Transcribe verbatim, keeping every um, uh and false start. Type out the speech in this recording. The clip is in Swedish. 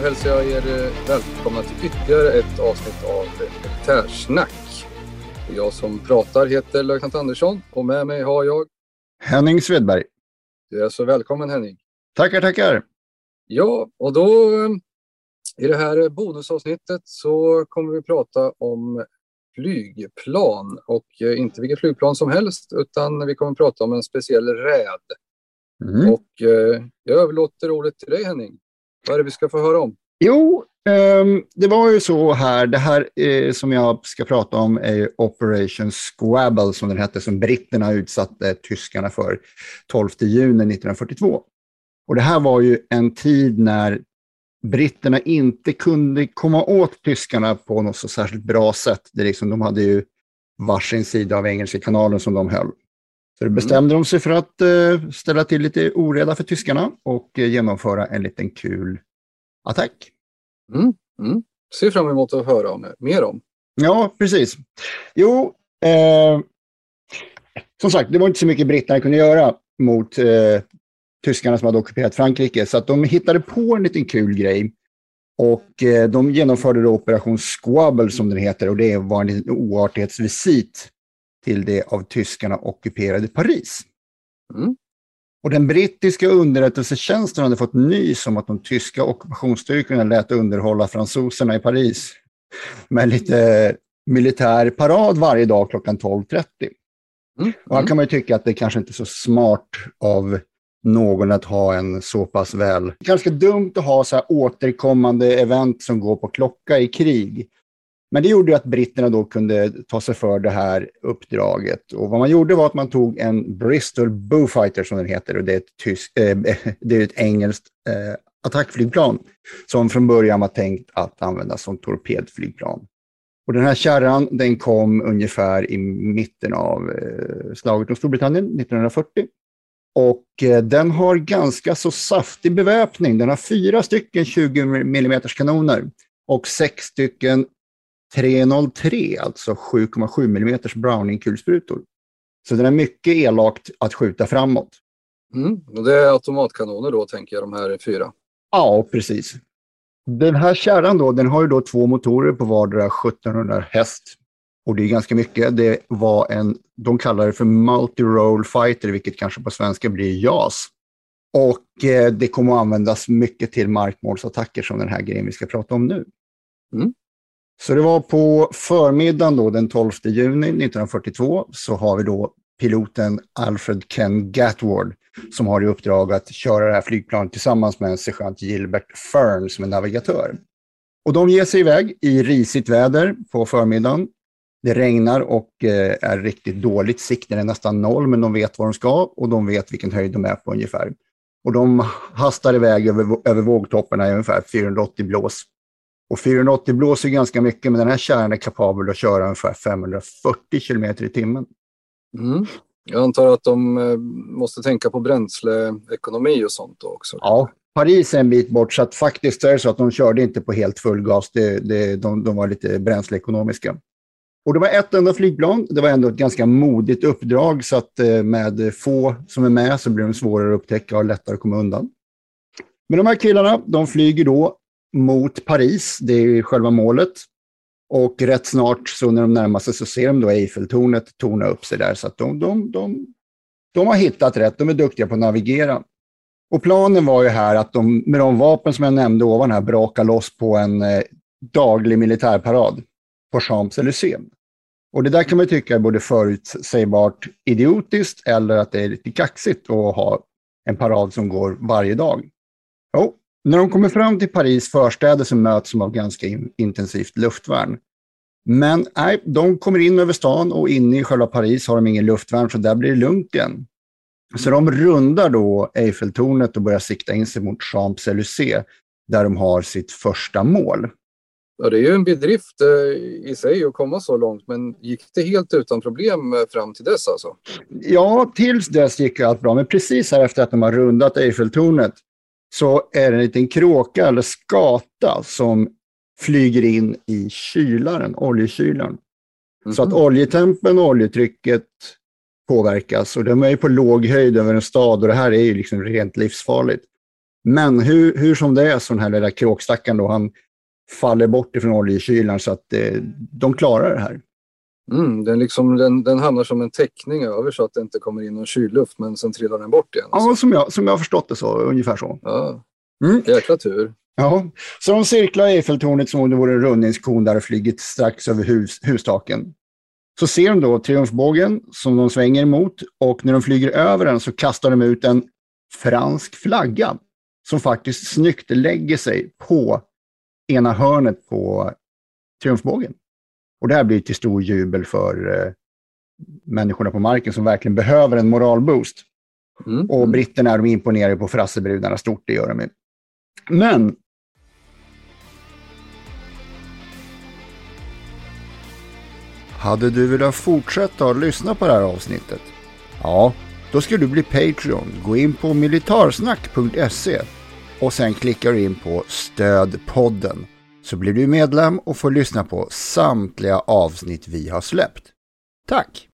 hälsar jag er välkomna till ytterligare ett avsnitt av Militärsnack. Jag som pratar heter löjtnant Andersson och med mig har jag Henning Svedberg. Du är så välkommen, Henning. Tackar, tackar. Ja, och då i det här bonusavsnittet så kommer vi prata om flygplan och inte vilket flygplan som helst, utan vi kommer prata om en speciell räd. Mm. Och eh, jag överlåter ordet till dig, Henning. Vad är det vi ska få höra om? Jo, eh, det var ju så här, det här eh, som jag ska prata om är Operation Squabble som den hette, som britterna utsatte tyskarna för tolfte juni nittonhundrafyrtiotvå. Och det här var ju en tid när britterna inte kunde komma åt tyskarna på något så särskilt bra sätt. Det liksom, de hade ju varsin sida av Engelska kanalen som de höll. Så då bestämde mm. de sig för att uh, ställa till lite oreda för tyskarna och uh, genomföra en liten kul attack. Mm. Mm. Ser fram emot att höra om, mer om. Ja, precis. Jo, eh, som sagt, det var inte så mycket britterna kunde göra mot eh, tyskarna som hade ockuperat Frankrike. Så att de hittade på en liten kul grej. Och eh, de genomförde då Operation Squabble som den heter. Och det var en liten oartighetsvisit till det av tyskarna ockuperade Paris. Mm. Och den brittiska underrättelsetjänsten hade fått nys om att de tyska ockupationsstyrkorna lät underhålla fransoserna i Paris med lite militär parad varje dag klockan tolv trettio. Mm. Och här kan man ju tycka att det kanske inte är så smart av någon att ha en så pass väl. Det är ganska dumt att ha så här återkommande event som går på klocka i krig. Men det gjorde ju att britterna då kunde ta sig för det här uppdraget. Och vad man gjorde var att man tog en Bristol Beaufighter som den heter. Och det är ett, tysk, eh, det är ett engelskt eh, attackflygplan som från början var tänkt att användas som torpedflygplan. Och den här kärran den kom ungefär i mitten av eh, slaget om Storbritannien nittonhundrafyrtio. Och eh, den har ganska så saftig beväpning. Den har fyra stycken tjugo millimeter kanoner och sex stycken tre noll tre, alltså sju komma sju millimeter Browning-kulsprutor. Så den är mycket elakt att skjuta framåt. Mm, och det är automatkanoner då, tänker jag, de här fyra. Ja, precis. Den här kärran då, den har ju då två motorer på vardera sjuttonhundra häst. Och det är ganska mycket. Det var en, de kallar det för multi-role fighter, vilket kanske på svenska blir J A S. Och eh, det kommer att användas mycket till markmålsattacker som den här grejen vi ska prata om nu. Mm. Så det var på förmiddagen då, den tolfte juni nittonhundrafyrtiotvå, så har vi då piloten Alfred Ken Gatward som har i uppdrag att köra det här flygplanet tillsammans med en sergeant Gilbert Fern som är navigatör. Och de ger sig iväg i risigt väder på förmiddagen. Det regnar och eh, är riktigt dåligt. Sikten är nästan noll, men de vet var de ska och de vet vilken höjd de är på ungefär. Och de hastar iväg över, över vågtopparna i ungefär fyrahundraåttio blås. Och fyrahundraåttio blås är ganska mycket, men den här kärran är kapabel att köra ungefär femhundrafyrtio kilometer i timmen. Mm. Jag antar att de måste tänka på bränsleekonomi och sånt också. Ja, Paris är en bit bort, så att faktiskt är det så att de körde inte på helt full gas. Det, det, de, de var lite bränsleekonomiska. Och det var ett enda flygplan. Det var ändå ett ganska modigt uppdrag, så att med få som är med så blir de svårare att upptäcka och lättare att komma undan. Men de här killarna, de flyger då mot Paris, det är själva målet. Och rätt snart så när de närmar sig så ser de då Eiffeltornet torna upp sig där. Så att de, de, de, de har hittat rätt, de är duktiga på att navigera. Och planen var ju här att de med de vapen som jag nämnde ovan här brakar loss på en eh, daglig militärparad på Champs-Élysées. Och det där kan man tycka är både förutsägbart idiotiskt eller att det är lite kaxigt att ha en parad som går varje dag. Jo. När de kommer fram till Paris förstäder så möts de av ganska in- intensivt luftvärn. Men nej, de kommer in över stan och inne i själva Paris har de ingen luftvärn, så där blir det lugnt igen. Så de rundar då Eiffeltornet och börjar sikta in sig mot Champs-Élysées där de har sitt första mål. Ja, det är ju en bedrift eh, i sig att komma så långt, men gick det helt utan problem fram till dess alltså? Ja, tills dess gick allt bra, men precis här efter att de har rundat Eiffeltornet så är det en liten kråka eller skata som flyger in i kylaren, oljekylaren. Mm-hmm. Så att oljetempen och oljetrycket påverkas, och de är ju på låg höjd över en stad och det här är ju liksom rent livsfarligt. Men hur, hur som det är så den här lilla kråkstackaren då, han faller bort ifrån oljekylan så att eh, de klarar det här. Mm, den, liksom, den, den hamnar som en täckning över så att det inte kommer in någon kylluft, men sen trillar den bort igen. Ja, som jag, som jag har förstått det så, ungefär så. Ja, mm. jäkla tur. Ja, så de cirklar Eiffeltornet som om det vore en rundningskon där och flyger strax över hus, hustaken. Så ser de då triumfbågen som de svänger emot, och när de flyger över den så kastar de ut en fransk flagga som faktiskt snyggt lägger sig på ena hörnet på triumfbågen. Och det här blir till stor jubel för eh, människorna på marken som verkligen behöver en moralboost. Mm. Och britterna är de imponerade på frassebrudarna stort, det gör de. Men hade du velat fortsätta att lyssna på det här avsnittet? Ja, då ska du bli Patreon. Gå in på militarsnack punkt se och sen klickar du in på Stöd podden. Så blir du medlem och får lyssna på samtliga avsnitt vi har släppt. Tack!